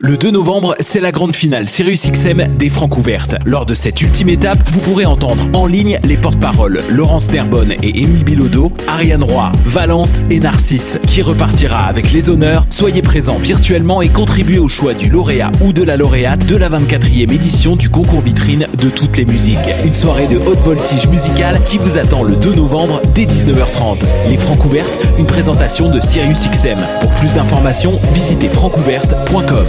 Le 2 novembre, c'est la grande finale SiriusXM des Francs ouvertes. Lors de cette ultime étape, vous pourrez entendre en ligne les porte-paroles Laurence Nerbonne et Émile Bilodeau, Ariane Roy, Valence et Narcisse, qui repartira avec les honneurs. Soyez présents virtuellement et contribuez au choix du lauréat ou de la lauréate de la 24e édition du concours vitrine de toutes les musiques. Une soirée de haute voltige musicale qui vous attend le 2 novembre dès 19h30. Les Francs ouvertes, une présentation de SiriusXM. Pour plus d'informations, visitez francouverte.com.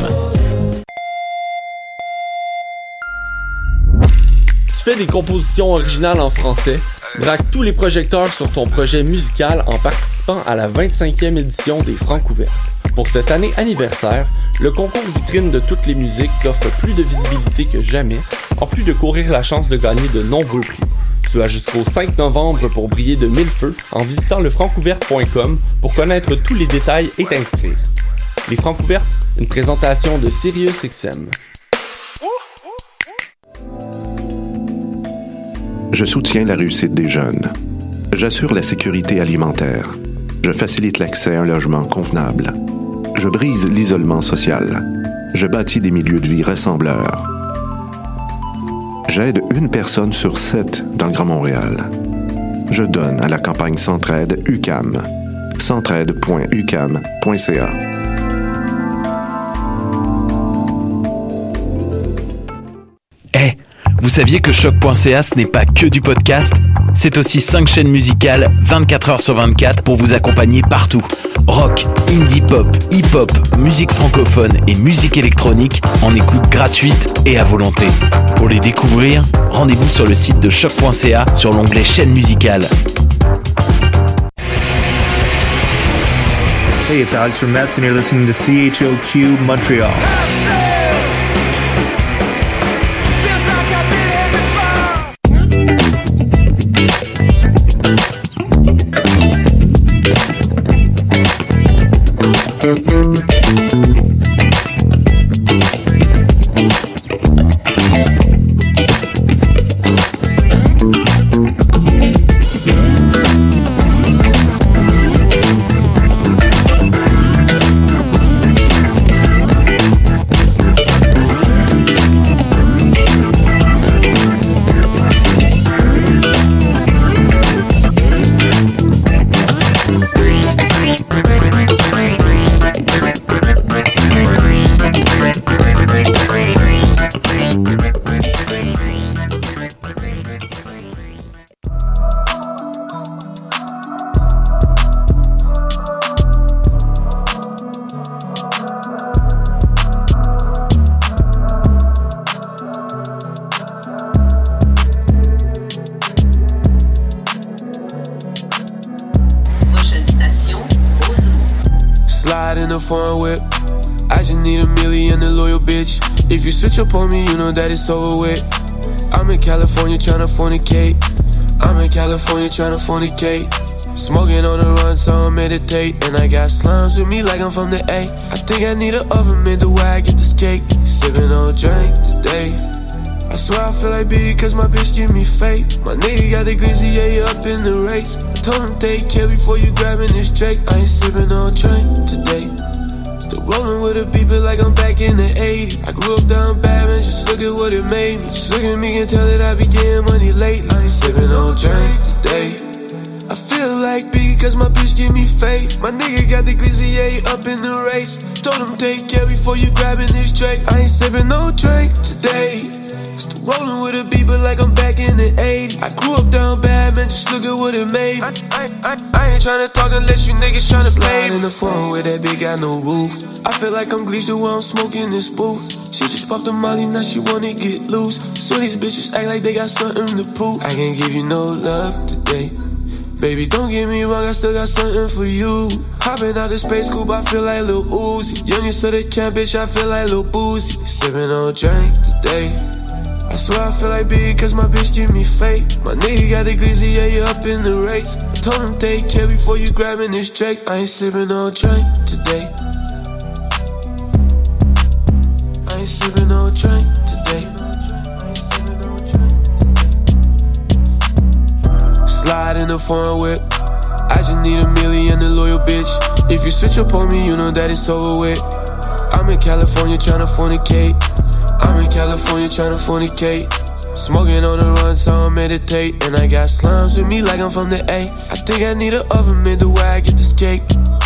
Tu fais des compositions originales en français? Braque tous les projecteurs sur ton projet musical en participant à la 25e édition des Francs ouvertes. Pour cette année anniversaire, le concours vitrine de toutes les musiques t'offre plus de visibilité que jamais, en plus de courir la chance de gagner de nombreux prix. Tu as jusqu'au 5 novembre pour briller de mille feux en visitant lefrancouverte.com pour connaître tous les détails et t'inscrire. Les Francs ouvertes, une présentation de SiriusXM. Je soutiens la réussite des jeunes. J'assure la sécurité alimentaire. Je facilite l'accès à un logement convenable. Je brise l'isolement social. Je bâtis des milieux de vie rassembleurs. J'aide une personne sur 7 dans le Grand Montréal. Je donne à la campagne Centraide UQAM. centraide.uqam.ca. Vous saviez que Choc.ca ce n'est pas que du podcast? C'est aussi 5 chaînes musicales 24 heures sur 24 pour vous accompagner partout. Rock, indie pop, hip-hop, musique francophone et musique électronique en écoute gratuite et à volonté. Pour les découvrir, rendez-vous sur le site de Choc.ca sur l'onglet chaîne musicale. Hey, it's Alex from Mets and you're listening to CHOQ Montreal. Foreign whip. I just need $1 million, a loyal bitch. If you switch up on me, you know that it's over with. I'm in California tryna fornicate. Smoking on the run, so I meditate. And I got slimes with me like I'm from the A. I think I need an oven made the way I get this cake. Sippin' on drink today. I swear I feel like big cause my bitch give me fake. My nigga got the glizzy, yeah, up in the race. I told him take care before you grabbing this Drake. I ain't sippin' on drink today. Still rollin' with a beeper like I'm back in the 80s. I grew up down bad, man, just look at what it made me. Just look at me and tell that I be getting money lately. I ain't sippin' on drink today. I feel like big cause my bitch give me fake. My nigga got the glizzy, yeah, up in the race. Told him take care before you grabbing this Drake. I ain't sippin' no drink today. Still rollin' with a beeper like I'm back in the 80s. I grew up down bad, man, just look at what it made me. I ain't tryna talk unless you niggas tryna play me. In the phone with that bitch got no roof. I feel like I'm Gleech the way I'm smoking this booth. She just popped a molly, now she wanna get loose. So these bitches act like they got something to prove. I can't give you no love today. Baby, don't get me wrong, I still got something for you. Hopping out the space coupe, I feel like Lil Uzi. Youngest of the camp, bitch, I feel like Lil Boozy. Sippin' on drink today. I swear I feel like big cause my bitch give me fake. My nigga got the glizzy, yeah, you up in the race. I told him take care before you grabbing this Drake. I ain't sippin' on drink today. I ain't sippin' on drink today. Slide in a foreign whip. I just need $1 million, a loyal bitch. If you switch up on me, you know that it's over with. I'm in California tryna fornicate. I'm in California tryna fornicate. Smoking on the run, so I meditate. And I got slimes with me like I'm from the A. I think I need an oven mitt the way I get this cake.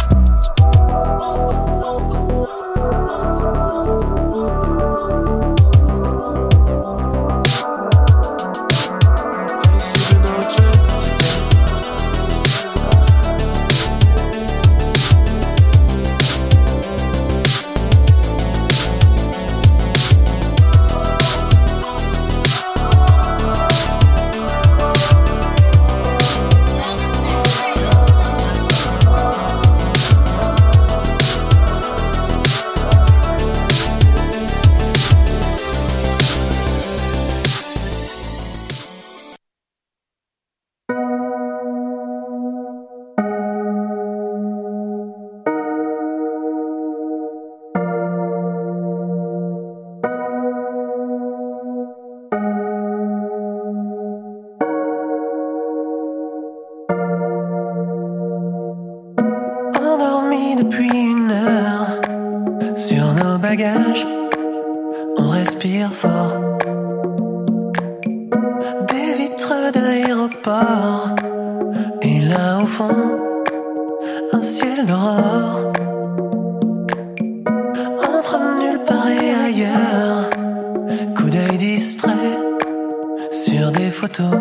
On respire fort. Des vitres d'aéroport. Et là au fond, un ciel d'aurore. Entre nulle part et ailleurs. Coup d'œil distrait sur des photos.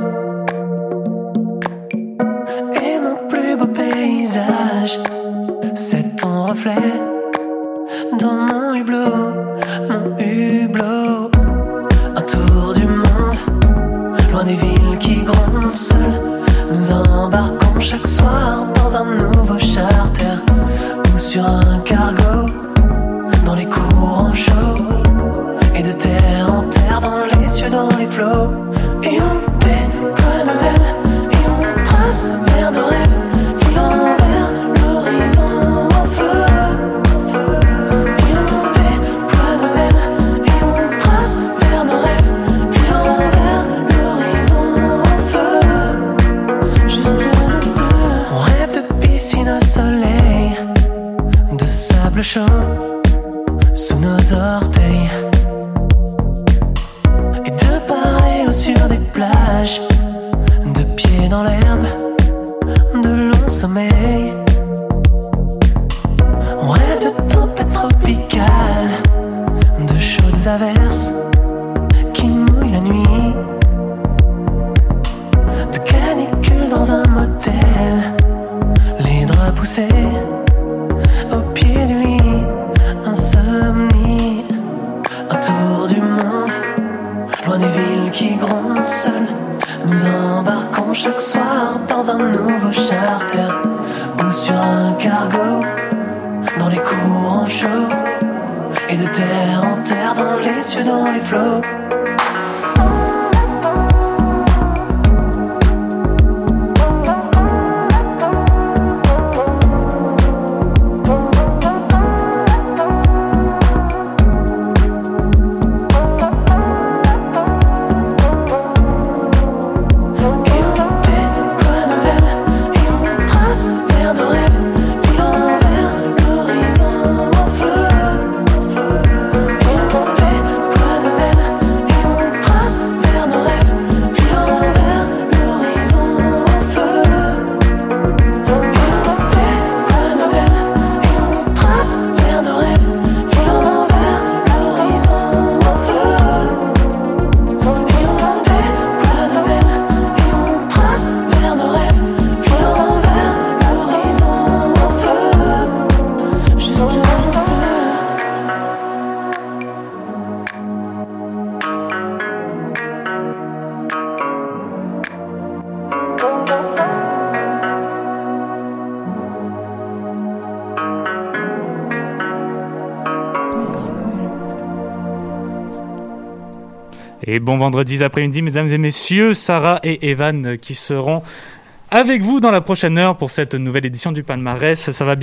Et mon plus beau paysage, c'est ton reflet dans mon hublot, mon hublot. Un tour du monde, loin des villes qui grondent seules. Nous embarquons chaque soir dans un nouveau charter ou sur un cargo, dans les courants chauds. Et de terre en terre, dans les cieux, dans les flots. Et on déploie nos ailes, et on trace vers nos rêves, filant vers l'horizon en feu. Et on déploie nos ailes, et on trace vers nos rêves, filant vers l'horizon en feu. Juste nous deux. On rêve de piscine au soleil, de sable chaud sous nos orteils. Sur des plages, de pieds dans l'herbe, de longs sommeils. On rêve de tempêtes tropicales, de chaudes averses qui mouillent la nuit, de canicule dans un motel, les draps poussés au pied du lit, insomnie, un tour du monde. Loin des villes qui grondent seules, nous embarquons chaque soir dans un nouveau charter ou sur un cargo, dans les courants chauds. Et de terre en terre, dans les cieux, dans les flots. Et bon vendredi après-midi, mesdames et messieurs, Sarah et Evan qui seront avec vous dans la prochaine heure pour cette nouvelle édition du palmarès. Ça va bien, Sarah ?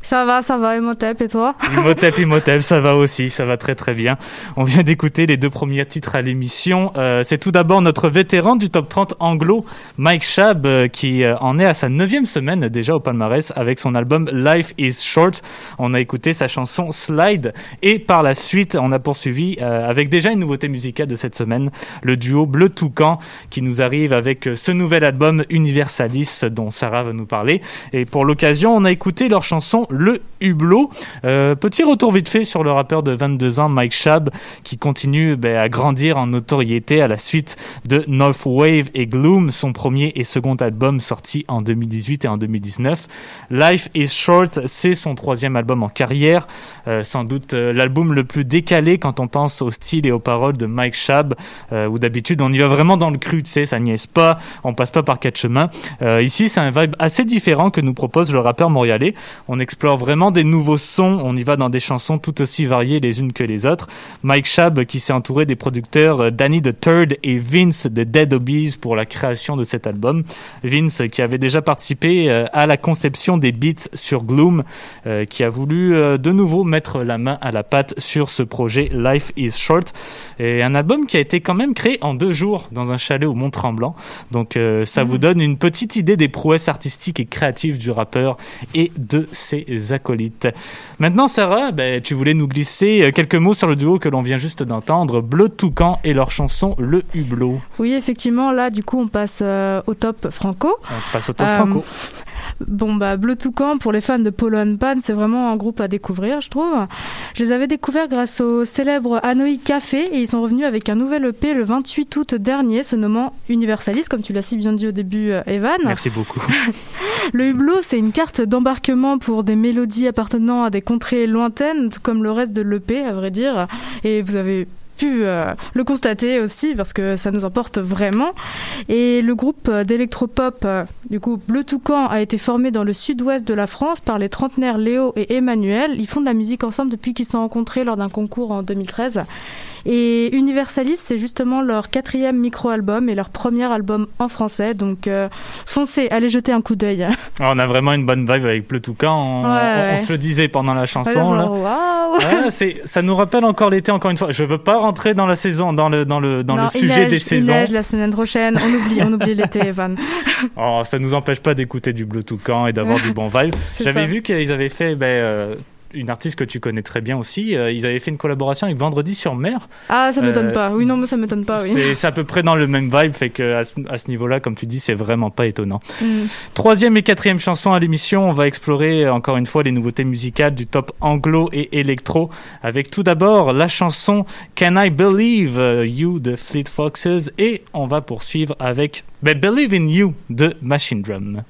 Ça va, Imhotep, et toi? Imhotep, ça va aussi, ça va très très bien. On vient d'écouter les 2 premiers titres à l'émission. C'est tout d'abord notre vétéran du top 30 anglo, Mike Schaab, qui en est à sa 9e semaine déjà au palmarès avec son album Life is Short. On a écouté sa chanson Slide et par la suite, on a poursuivi avec déjà une nouveauté musicale de cette semaine, le duo Bleu Toucan qui nous arrive avec ce nouvel album Universalis dont Sarah va nous parler. Et pour l'occasion, on a écouté leur chanson Le Hublot. Petit retour vite fait sur le rappeur de 22 ans, Mike Schaab, qui continue à grandir en notoriété à la suite de North Wave et Gloom, son premier et second album sorti en 2018 et en 2019. Life is Short, c'est son 3e album en carrière, sans doute l'album le plus décalé quand on pense au style et aux paroles de Mike Schaab, où d'habitude on y va vraiment dans le cru, tu sais, ça niaise pas, on passe pas par 4 chemins. Ici, c'est un vibe assez différent que nous propose le rappeur montréalais. On explore vraiment des nouveaux sons, on y va dans des chansons tout aussi variées les unes que les autres. Mike Schaab qui s'est entouré des producteurs Danny the Third et Vince de Dead Obies pour la création de cet album. Vince qui avait déjà participé à la conception des beats sur Gloom, qui a voulu de nouveau mettre la main à la pâte sur ce projet Life is Short. Et un album qui a été quand même créé en 2 jours dans un chalet au Mont-Tremblant. Donc ça vous donne une petite idée des prouesses artistiques et créatives du rappeur et de ses acolytes. Maintenant, Sarah, tu voulais nous glisser quelques mots sur le duo que l'on vient juste d'entendre, Bleu Toucan et leur chanson Le Hublot. Oui, effectivement, là, du coup, on passe au top franco. On passe au top franco. Bon, Bleu Toucan, pour les fans de Polo and Pan, c'est vraiment un groupe à découvrir, je trouve. Je les avais découverts grâce au célèbre Hanoi Café et ils sont revenus avec un nouvel EP le 28 août dernier, se nommant Universalis, comme tu l'as si bien dit au début, Evan. Merci beaucoup. Le Hublot, c'est une carte d'embarquement pour des mélodies appartenant à des contrées lointaines, tout comme le reste de l'EP, à vrai dire. Et vous avez pu le constater aussi parce que ça nous importe vraiment. Et le groupe d'électropop du coup Bleu Toucan a été formé dans le sud-ouest de la France par les trentenaires Léo et Emmanuel. Ils font de la musique ensemble depuis qu'ils se sont rencontrés lors d'un concours en 2013. Et Universalis, c'est justement leur 4e micro-album et leur premier album en français. Donc foncez, allez jeter un coup d'œil. On a vraiment une bonne vibe avec Bleu Toucan. On se le disait pendant la chanson. Genre, là. Wow. Ça nous rappelle encore l'été, encore une fois. Je veux pas rentrer dans la saison, dans le sujet des saisons. Il neige la semaine prochaine. On oublie l'été, Evan. Ça nous empêche pas d'écouter du Bleu Toucan et d'avoir du bon vibe. J'avais vu qu'ils avaient fait une artiste que tu connais très bien aussi. Ils avaient fait une collaboration avec Vendredi sur Mer. Ah, ça m'étonne pas. Oui, non, mais ça m'étonne pas, oui. C'est à peu près dans le même vibe, fait que à ce niveau-là, comme tu dis, c'est vraiment pas étonnant. 3e et 4e chanson à l'émission, on va explorer encore une fois les nouveautés musicales du top anglo et électro, avec tout d'abord la chanson Can I Believe You de Fleet Foxes, et on va poursuivre avec Believe in You de Machine Drum.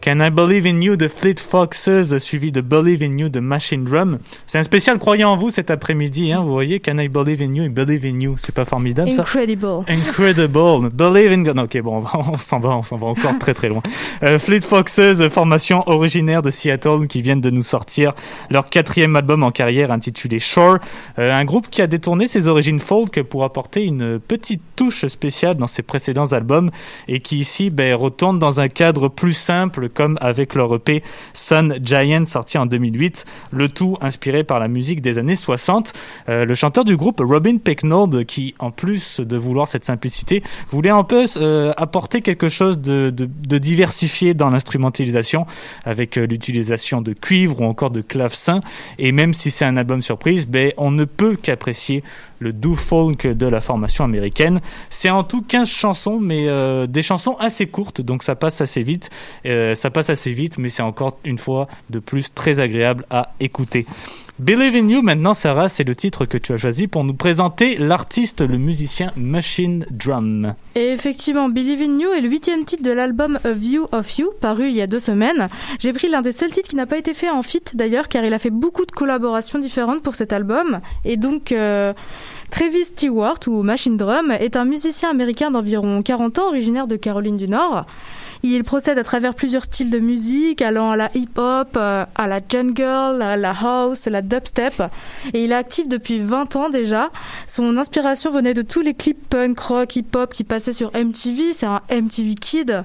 Can I Believe in You de Fleet Foxes, suivi de Believe in You de Machine Drum. C'est un spécial Croyez en vous cet après-midi, hein, vous voyez, Can I Believe in You et Believe in You, c'est pas formidable ça? Incredible. Believe in God. Ok, bon, on s'en va encore très très loin. Fleet Foxes, formation originaire de Seattle qui viennent de nous sortir leur 4e album en carrière intitulé Shore. Un groupe qui a détourné ses origines folk pour apporter une petite touche spéciale dans ses précédents albums et qui ici retourne dans un cadre plus simple comme avec leur EP Sun Giant sorti en 2008, le tout inspiré par la musique des années 60. Le chanteur du groupe Robin Pecknold qui en plus de vouloir cette simplicité voulait un peu apporter quelque chose de diversifié dans l'instrumentalisation avec l'utilisation de cuivre ou encore de clavecin et même si c'est un album surprise, on ne peut qu'apprécier le do folk de la formation américaine. C'est en tout 15 chansons, mais des chansons assez courtes, donc ça passe assez vite, mais c'est encore une fois de plus très agréable à écouter. Believe in You, maintenant, Sarah, c'est le titre que tu as choisi pour nous présenter l'artiste, le musicien Machine Drum. Et effectivement, Believe in You est le 8e titre de l'album A View of You, paru il y a 2 semaines. J'ai pris l'un des seuls titres qui n'a pas été fait en feat d'ailleurs, car il a fait beaucoup de collaborations différentes pour cet album. Et donc, Travis Stewart, ou Machine Drum, est un musicien américain d'environ 40 ans, originaire de Caroline du Nord. Il procède à travers plusieurs styles de musique, allant à la hip-hop, à la jungle, à la house, à la dubstep. Et il est actif depuis 20 ans déjà. Son inspiration venait de tous les clips punk, rock, hip-hop qui passaient sur MTV. C'est un MTV Kid.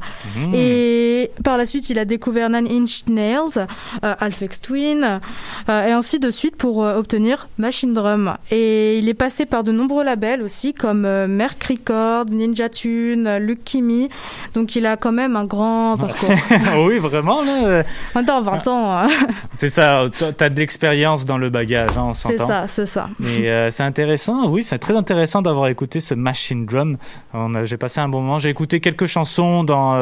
Et par la suite, il a découvert Nine Inch Nails, Aphex Twin, et ainsi de suite pour obtenir Machine Drum. Et il est passé par de nombreux labels aussi, comme Merc Records, Ninja Tune, Luke Kimi. Donc il a quand même un grand parcours. Oui, vraiment, là. Dans 20 ans. C'est ça, t'as de l'expérience dans le bagage, hein, on s'entend. C'est ça. Mais c'est intéressant, oui, c'est très intéressant d'avoir écouté ce Machine Drum. J'ai passé un bon moment, j'ai écouté quelques chansons dans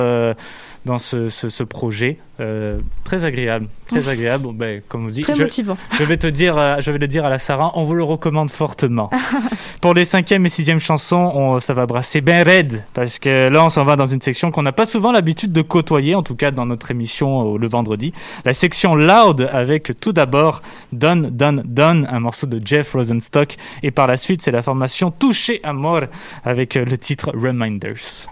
ce projet. Très agréable. Comme on dit. Très motivant. Je vais le dire à la Sarah, on vous le recommande fortement. Pour les 5e et 6e chansons, ça va brasser ben raide, parce que là, on s'en va dans une section qu'on n'a pas souvent l'habitude de côtoyer, en tout cas dans notre émission le vendredi. La section Loud, avec tout d'abord Done, un morceau de Jeff Rosenstock, et par la suite, c'est la formation Touche Amor, avec le titre Reminders.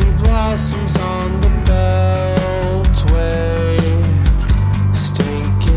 Blossoms on the beltway, stinking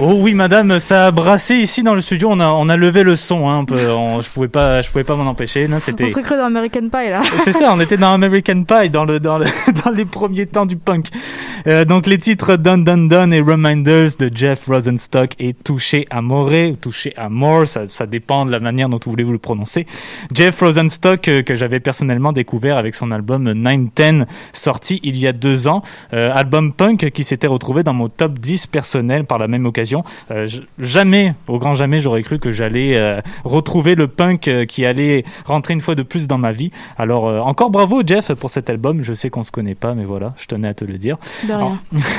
Oh oui, madame, ça a brassé ici dans le studio. On a levé le son, hein, un peu. Je pouvais pas m'en empêcher. Non, c'était. On serait cru dans American Pie là. C'est ça, on était dans American Pie, dans les premiers temps du punk. Donc les titres Dun Dun Dun et Reminders de Jeff Rosenstock et Touche Amore, Touche Amore, ça dépend de la manière dont vous voulez vous le prononcer. Jeff Rosenstock que j'avais personnellement découvert avec son album 910 sorti il y a 2 ans, album punk qui s'était retrouvé dans mon top 10 personnel par la même occasion. Jamais, au grand jamais, j'aurais cru que j'allais retrouver le punk qui allait rentrer une fois de plus dans ma vie. Alors encore bravo Jeff pour cet album. Je sais qu'on se connaît pas, mais voilà, je tenais à te le dire. De rien.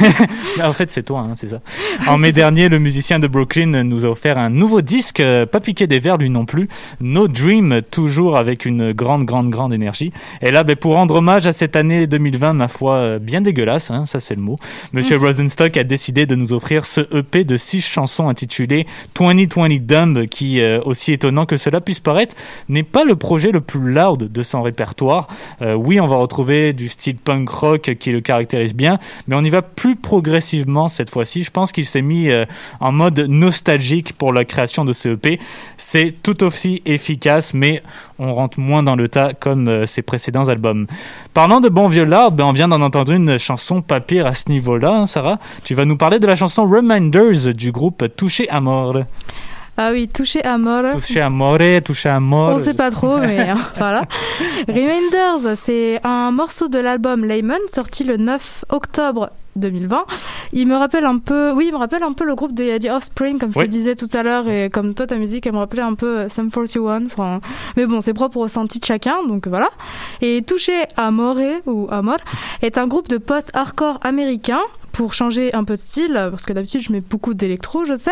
En fait, c'est toi, hein, c'est ça. En mai dernier, le musicien de Brooklyn nous a offert un nouveau disque, pas piqué des verres lui non plus, No Dream, toujours avec une grande énergie. Et là, pour rendre hommage à cette année 2020, ma foi, bien dégueulasse, hein, ça c'est le mot, Monsieur Rosenstock a décidé de nous offrir ce EP de 6 chansons intitulé 2020 Dumb, qui, aussi étonnant que cela puisse paraître, n'est pas le projet le plus loud de son répertoire. Oui, on va retrouver du style punk rock qui le caractérise bien, mais on y va plus progressivement cette fois-ci. Je pense qu'il s'est mis en mode nostalgique pour la création de ce EP. C'est tout aussi efficace, mais on rentre moins dans le tas comme ses précédents albums. Parlant de bon vieux lard, on vient d'en entendre une chanson pas pire à ce niveau-là, hein, Sarah. Tu vas nous parler de la chanson Reminders du groupe Touche Amore. Ah oui, Touche Amore. Touche Amore, Touche Amore. On sait pas trop, mais voilà. Reminders, c'est un morceau de l'album Layman, sorti le 9 octobre 2020. Il me rappelle un peu le groupe des The Offspring, comme je te disais tout à l'heure, et comme toi, ta musique, elle me rappelait un peu Sum 41. Enfin, mais bon, c'est propre au ressenti de chacun, donc voilà. Et Touche Amore, ou Amor, est un groupe de post-hardcore américain, pour changer un peu de style, parce que d'habitude je mets beaucoup d'électro, je sais.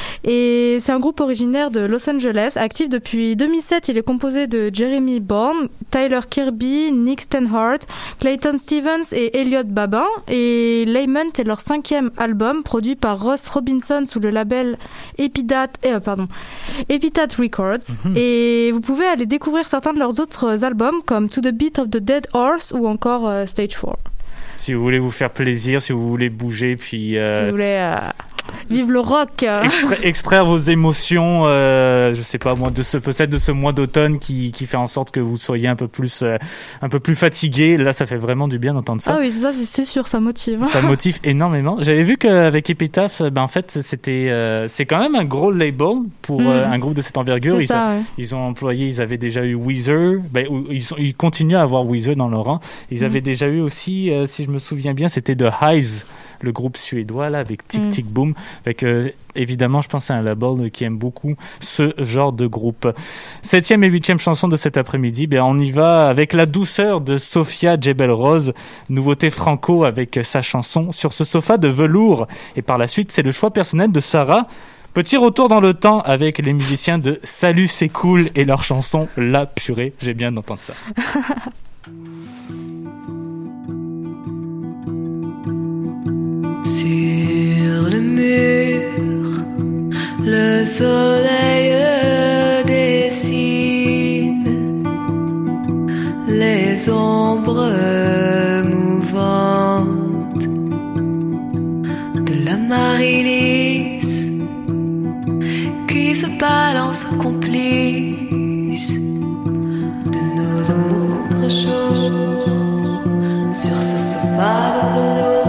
Et c'est un groupe originaire de Los Angeles, actif depuis 2007. Il est composé de Jeremy Bourne, Tyler Kirby, Nick Stanhart, Clayton Stevens et Elliot Babin. Et Layman est leur 5e album, produit par Ross Robinson sous le label Epitaph Records. Et vous pouvez aller découvrir certains de leurs autres albums, comme To the Beat of the Dead Horse ou encore Stage 4. Si vous voulez vous faire plaisir, si vous voulez bouger, puis... Si vous voulez vive le rock. Extraire vos émotions, je sais pas moi, peut-être de ce mois d'automne qui fait en sorte que vous soyez un peu plus fatigué. Là, ça fait vraiment du bien d'entendre ça. Ah oui, c'est sûr, ça motive. Ça motive énormément. J'avais vu qu'avec Epitaph, en fait, c'est quand même un gros label pour un groupe de cette envergure. Ils ont employé, ils avaient déjà eu Weezer, ils continuent à avoir Weezer dans leur rang. Ils avaient déjà eu aussi, si je me souviens bien, c'était The Hives, le groupe suédois là avec Tic Tic Boom. Fait que évidemment, je pense que c'est un label qui aime beaucoup ce genre de groupe. 7e et 8e chanson de cet après-midi, on y va avec la douceur de Sophia Jebel Rose, nouveauté franco avec sa chanson Sur ce sofa de velours. Et par la suite, c'est le choix personnel de Sarah. Petit retour dans le temps avec les musiciens de Salut c'est cool et leur chanson La purée. J'ai bien d'entendre ça. Sur le mur, le soleil dessine les ombres mouvantes de la Marie-Lys qui se balance complice de nos amours contre jour sur ce sofa de velours.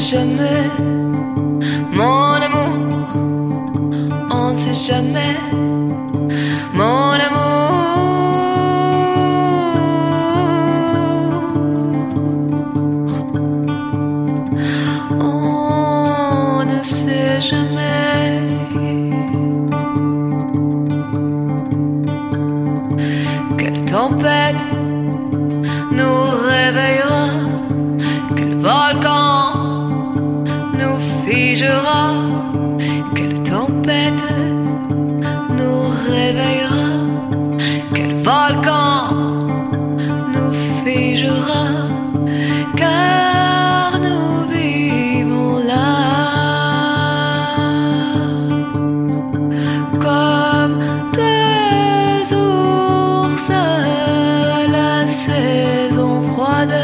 Jamais, mon amour, on ne sait jamais. réveillera, quel volcan nous figera, quelle tempête nous réveillera, quel volcan nous figera, car nous vivons là comme des ours à la saison froide,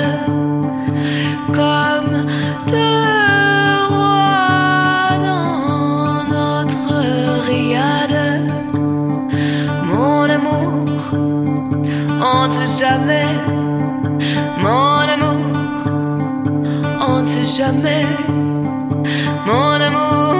comme deux rois dans notre riade. Mon amour, on ne sait jamais. Mon amour, on ne sait jamais. Mon amour.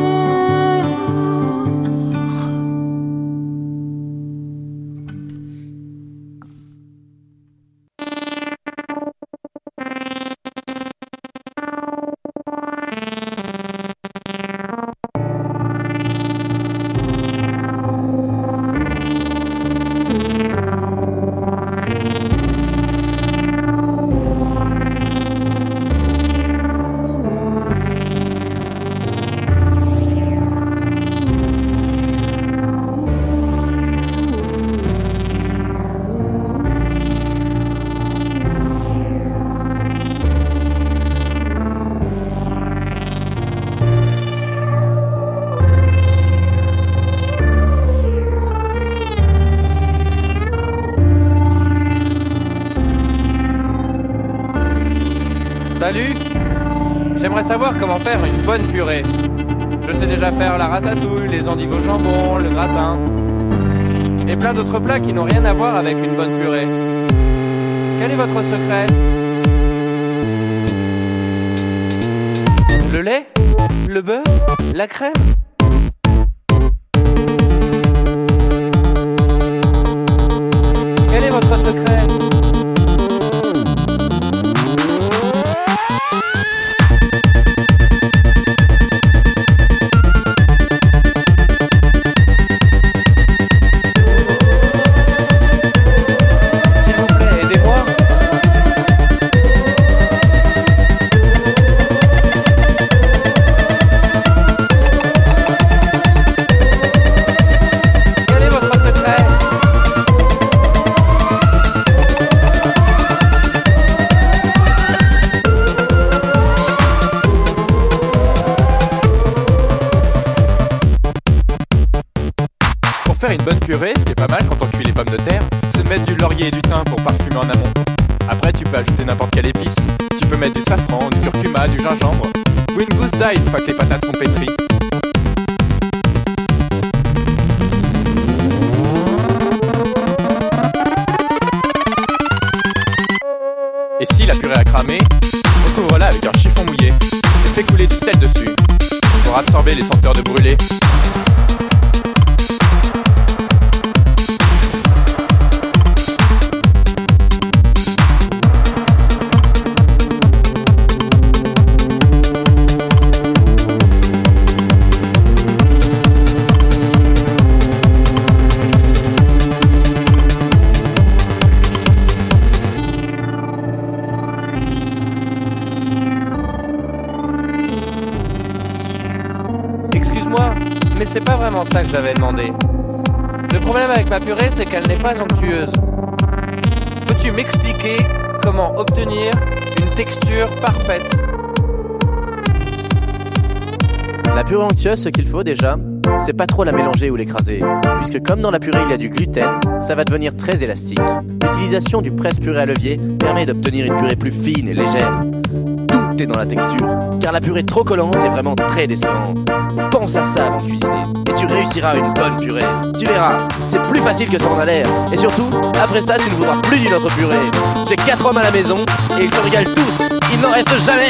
Salut! J'aimerais savoir comment faire une bonne purée. Je sais déjà faire la ratatouille, les endives au jambon, le gratin. Et plein d'autres plats qui n'ont rien à voir avec une bonne purée. Quel est votre secret? Le lait? Le beurre? La crème? Quel est votre secret? Pour faire une bonne purée, ce qui est pas mal quand on cuit les pommes de terre, c'est de mettre du laurier et du thym pour parfumer en amont. Après, tu peux ajouter n'importe quelle épice. Tu peux mettre du safran, du curcuma, du gingembre, ou une gousse d'ail une fois que les patates sont pétries. Et si la purée a cramé, recouvre-la avec un chiffon mouillé et fais couler du sel dessus pour absorber les senteurs de brûlé. Excuse-moi, mais c'est pas vraiment ça que j'avais demandé. Le problème avec ma purée, c'est qu'elle n'est pas onctueuse. Peux-tu m'expliquer comment obtenir une texture parfaite? La purée onctueuse, ce qu'il faut déjà, c'est pas trop la mélanger ou l'écraser, puisque comme dans la purée il y a du gluten, ça va devenir très élastique. L'utilisation du presse-purée à levier permet d'obtenir une purée plus fine et légère. Tout est dans la texture, car la purée trop collante est vraiment très décevante. Pense à ça avant de cuisiner, et tu réussiras une bonne purée. Tu verras, c'est plus facile que ça en a l'air. Et surtout, après ça, tu ne voudras plus d'une autre purée. J'ai 4 hommes à la maison, et ils se régalent tous. Il n'en reste jamais.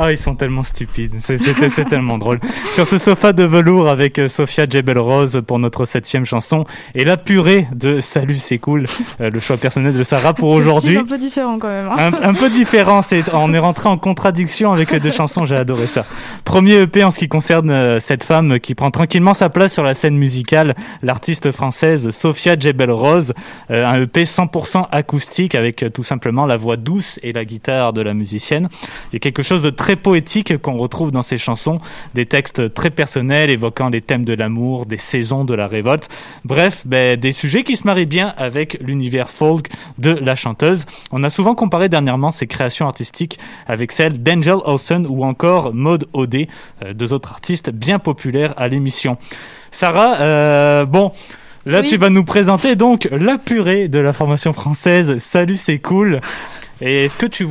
Ah, ils sont tellement stupides. C'est tellement drôle. Sur ce sofa de velours avec Sophia Jebel-Rose pour notre 7e chanson et la purée de Salut c'est cool, le choix personnel de Sarah pour aujourd'hui. Un peu différent quand même. Hein. Un peu différent. On est rentré en contradiction avec les deux chansons. J'ai adoré ça. Premier EP en ce qui concerne cette femme qui prend tranquillement sa place sur la scène musicale, l'artiste française Sophia Jebel-Rose. Un EP 100% acoustique avec tout simplement la voix douce et la guitare de la musicienne. Il y a quelque chose de très poétique qu'on retrouve dans ces chansons, des textes très personnels évoquant les thèmes de l'amour, des saisons, de la révolte. Bref, des sujets qui se marient bien avec l'univers folk de la chanteuse. On a souvent comparé dernièrement ses créations artistiques avec celles d'Angel Olsen ou encore Maud Audet, deux autres artistes bien populaires à l'émission. Sarah, là, oui. Tu vas nous présenter donc la purée de la formation française. Salut, c'est cool. Et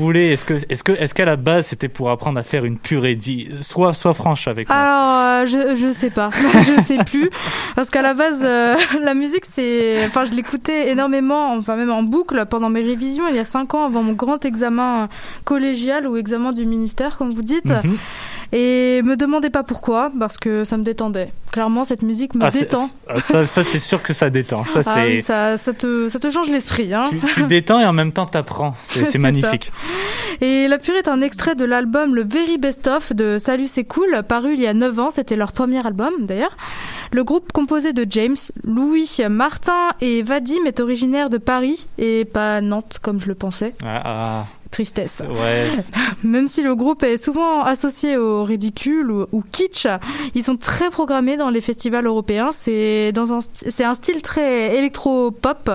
est-ce qu'à la base c'était pour apprendre à faire une purée? Sois franche avec moi. Alors, je sais pas. Je sais plus. Parce qu'à la base, la musique je l'écoutais énormément, enfin même en boucle pendant mes révisions il y a 5 ans avant mon grand examen collégial ou examen du ministère, comme vous dites. Mm-hmm. Et me demandez pas pourquoi, parce que ça me détendait. Clairement, cette musique me détend. Ça, c'est sûr que ça détend. Oui, ça te change l'esprit. Hein. Tu détends et en même temps t'apprends. C'est magnifique. Ça. Et la purée est un extrait de l'album Le Very Best Of de Salut c'est cool, paru il y a 9 ans. C'était leur premier album d'ailleurs. Le groupe composé de James, Louis, Martin et Vadim est originaire de Paris et pas Nantes comme je le pensais. Tristesse. Ouais. Même si le groupe est souvent associé au ridicule ou kitsch, ils sont très programmés dans les festivals européens. C'est un style très électropop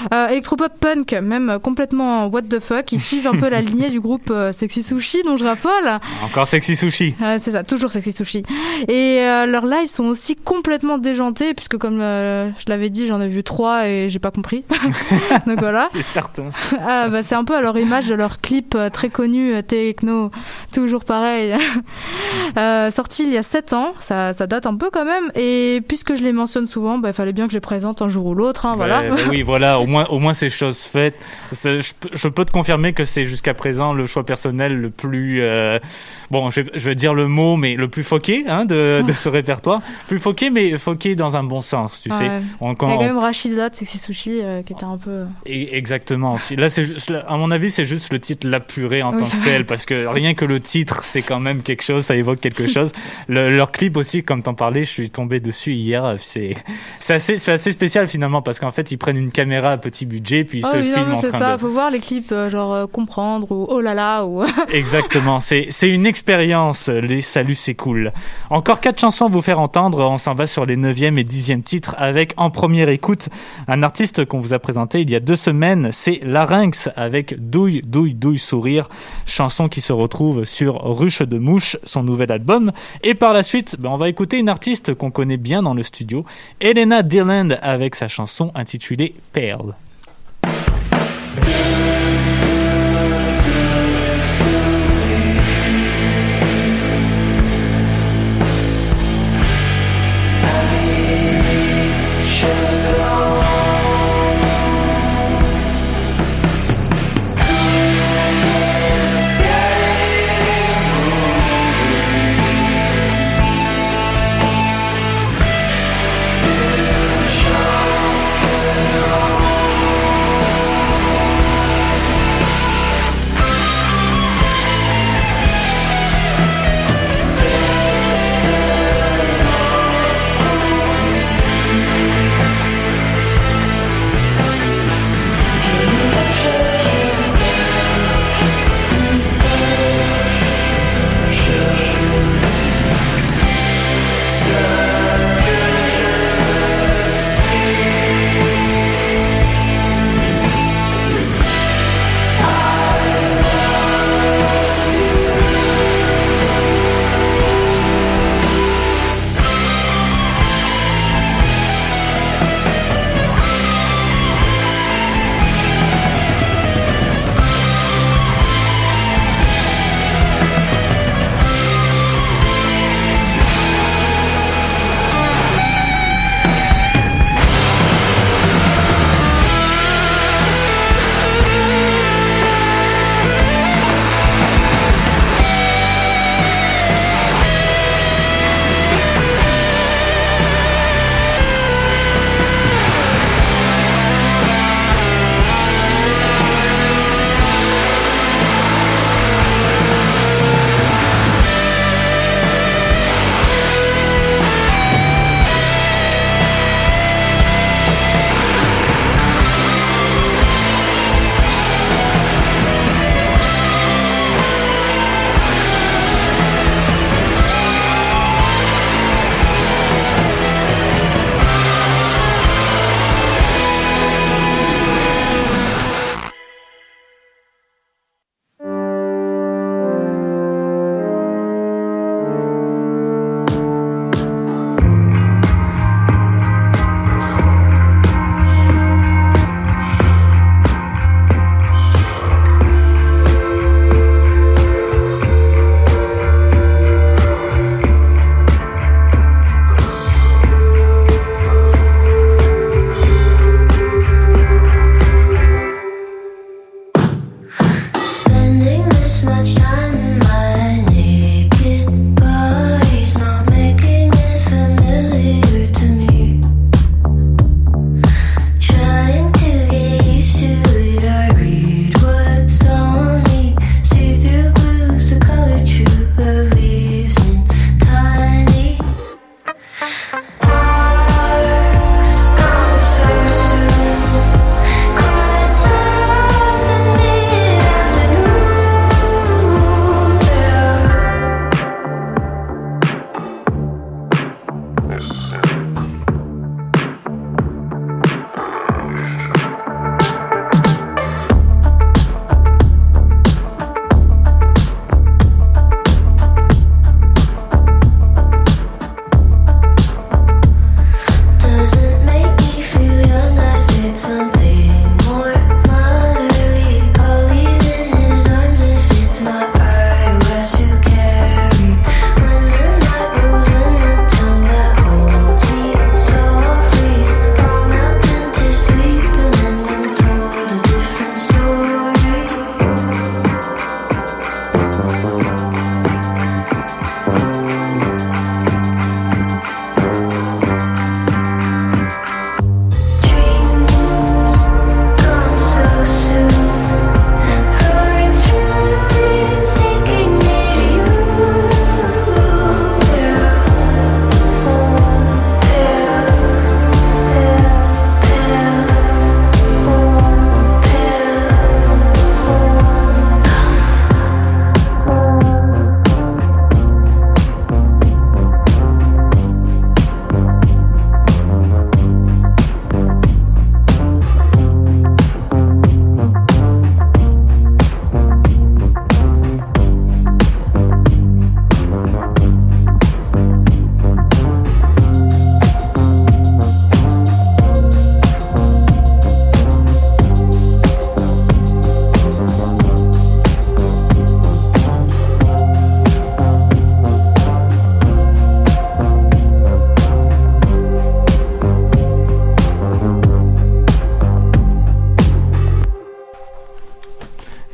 punk, même complètement what the fuck. Ils suivent un peu la lignée du groupe Sexy Sushi dont je raffole. Encore Sexy Sushi. C'est ça, toujours Sexy Sushi. Et leurs lives sont aussi complètement déjantés puisque comme je l'avais dit, j'en ai vu 3 et j'ai pas compris. Donc voilà. C'est certain. C'est un peu à leur image de leur clip très connu, techno, toujours pareil, sorti il y a 7 ans, ça date un peu quand même, et puisque je les mentionne souvent, il fallait bien que je les présente un jour ou l'autre, hein, voilà. Oui, voilà, au moins c'est chose faite. Je peux te confirmer que c'est jusqu'à présent le choix personnel le plus, je vais dire le mot, mais le plus foqué de ce répertoire. Plus foqué, mais foqué dans un bon sens, tu sais. Il y a quand même Rachida de Sexy Sushi qui était un peu... Exactement. Là, à mon avis, c'est juste le titre La Purée en tant que tel, parce que rien que le titre, c'est quand même quelque chose, ça évoque quelque chose. Leur clip aussi, comme t'en parlais, je suis tombé dessus hier. C'est assez spécial finalement, parce qu'en fait, ils prennent une caméra à petit budget, puis ils se filment en train de... C'est ça, faut voir les clips, comprendre, ou oh là là, ou... Exactement, c'est une expérience, les Salut c'est cool. Encore 4 chansons à vous faire entendre, on s'en va sur les 9e et 10e titres avec, en première écoute, un artiste qu'on vous a présenté il y a 2 semaines, c'est Larynx avec Douille, douille, douille, sourire, chanson qui se retrouve sur Ruche de Mouche, son nouvel album. Et par la suite, on va écouter une artiste qu'on connaît bien dans le studio, Elena Dearland, avec sa chanson intitulée Pearl. Shows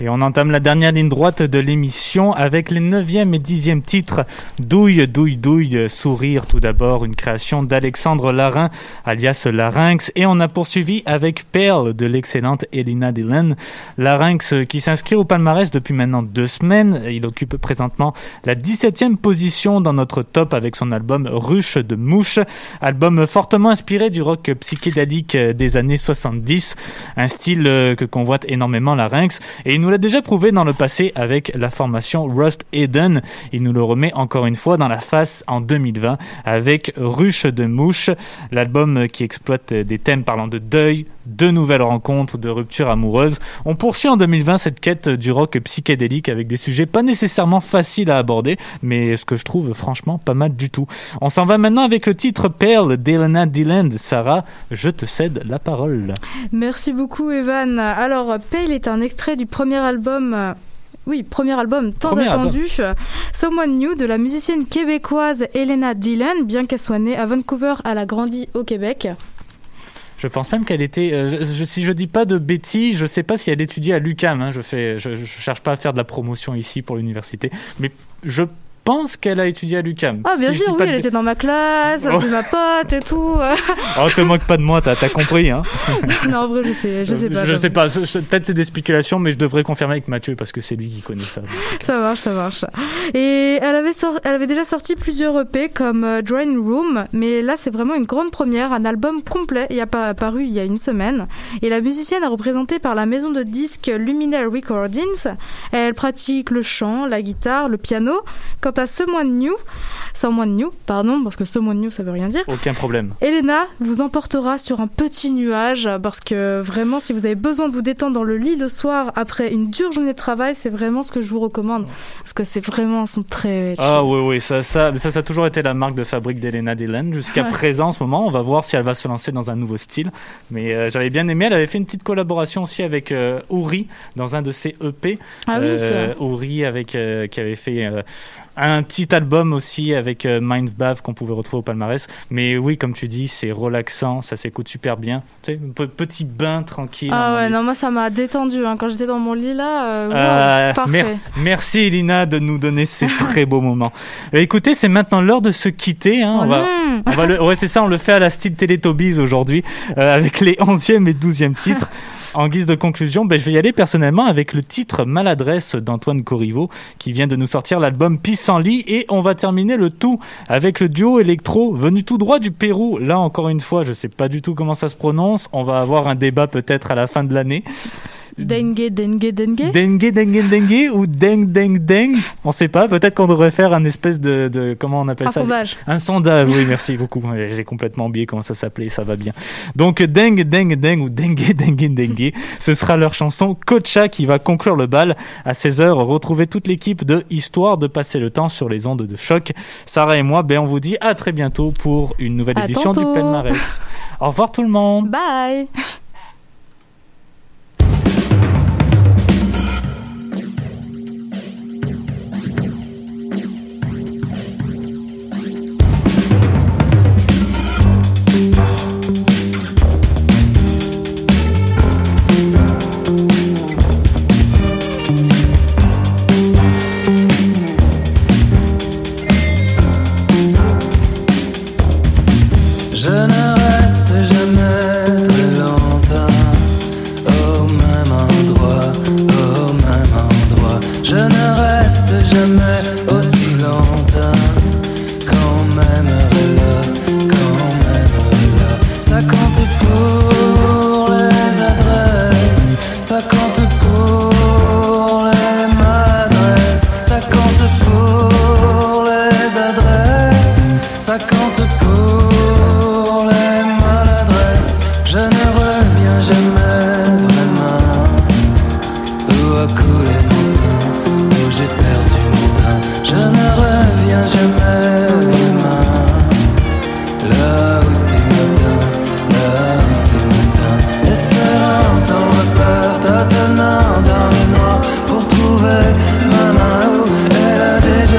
Et on entame la dernière ligne droite de l'émission avec les 9e et 10e titres. Douille, douille, douille, sourire tout d'abord, une création d'Alexandre Larin, alias Larynx. Et on a poursuivi avec Pearl de l'excellente Elina Dylan. Larynx qui s'inscrit au palmarès depuis maintenant 2 semaines. Il occupe présentement la 17e position dans notre top avec son album Ruche de mouche. Album fortement inspiré du rock psychédélique des années 70. Un style que convoite énormément Larynx. Et il nous l'a déjà prouvé dans le passé avec la formation Rust Eden. Il nous le remet encore une fois dans la face en 2020 avec Ruche de mouche, l'album qui exploite des thèmes parlant de deuil, de nouvelles rencontres, de ruptures amoureuses. On poursuit en 2020 cette quête du rock psychédélique avec des sujets pas nécessairement faciles à aborder, mais ce que je trouve franchement pas mal du tout. On s'en va maintenant avec le titre Pearl d'Elina Dylan. Sarah, je te cède la parole. Merci beaucoup Evan. Alors, Pale est un extrait du premier album tant attendu, Someone New, de la musicienne québécoise Elina Dylan, bien qu'elle soit née à Vancouver, elle a grandi au Québec. Je pense même qu'elle était, si je dis pas de bêtises, je sais pas si elle étudiait à l'UQAM, hein, je cherche pas à faire de la promotion ici pour l'université, mais je pense qu'elle a étudié à l'UQAM. Ah, bien sûr, oui, elle était dans ma classe, c'est ma pote et tout. Oh, te moque pas de moi, t'as compris, hein. Non, en vrai, je sais pas. Je sais pas, peut-être c'est des spéculations, mais je devrais confirmer avec Mathieu parce que c'est lui qui connaît ça. Ça marche. Et elle avait déjà sorti plusieurs EP comme Drawing Room, mais là, c'est vraiment une grande première, un album complet, apparu il y a 1 semaine. Et la musicienne est représentée par la maison de disques Luminaire Recordings. Elle pratique le chant, la guitare, le piano. Quant à Someone New, parce que Someone New ça veut rien dire. Aucun problème. Elena vous emportera sur un petit nuage parce que vraiment si vous avez besoin de vous détendre dans le lit le soir après une dure journée de travail, c'est vraiment ce que je vous recommande parce que c'est vraiment un son très chill. Ah oui, ça a toujours été la marque de fabrique d'Elina Dylan jusqu'à présent en ce moment. On va voir si elle va se lancer dans un nouveau style. Mais j'avais bien aimé, elle avait fait une petite collaboration aussi avec Uri dans un de ses EP. Ah oui, Uri qui avait fait un petit album aussi avec Mind Bath qu'on pouvait retrouver au palmarès. Mais oui, comme tu dis, c'est relaxant, ça s'écoute super bien. Tu sais, un petit bain tranquille. Ah ouais, non, moi ça m'a détendu hein. Quand j'étais dans mon lit là. Parfait. Merci Elina de nous donner ces très beaux moments. Écoutez, c'est maintenant l'heure de se quitter. Hein. Ouais, c'est ça, on le fait à la style Teletubbies aujourd'hui avec les 11e et 12e titres. En guise de conclusion, je vais y aller personnellement avec le titre Maladresse d'Antoine Corriveau qui vient de nous sortir l'album Pissenlit et on va terminer le tout avec le duo électro venu tout droit du Pérou. Là encore une fois, je sais pas du tout comment ça se prononce. On va avoir un débat peut-être à la fin de l'année. Dengue ou deng. On sait pas, peut-être qu'on devrait faire un espèce de comment on appelle ça? Sondage. Un sondage, oui, merci beaucoup. J'ai complètement oublié comment ça s'appelait, ça va bien. Donc deng ou dengue. Ce sera leur chanson Cocha qui va conclure le bal. À 16h, retrouvez toute l'équipe de Histoire de passer le temps sur les ondes de choc. Sarah et moi, on vous dit à très bientôt pour une nouvelle édition du palmarès. Au revoir tout le monde. Bye.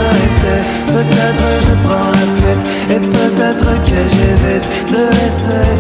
Peut-être je prends la fuite et peut-être que j'évite de laisser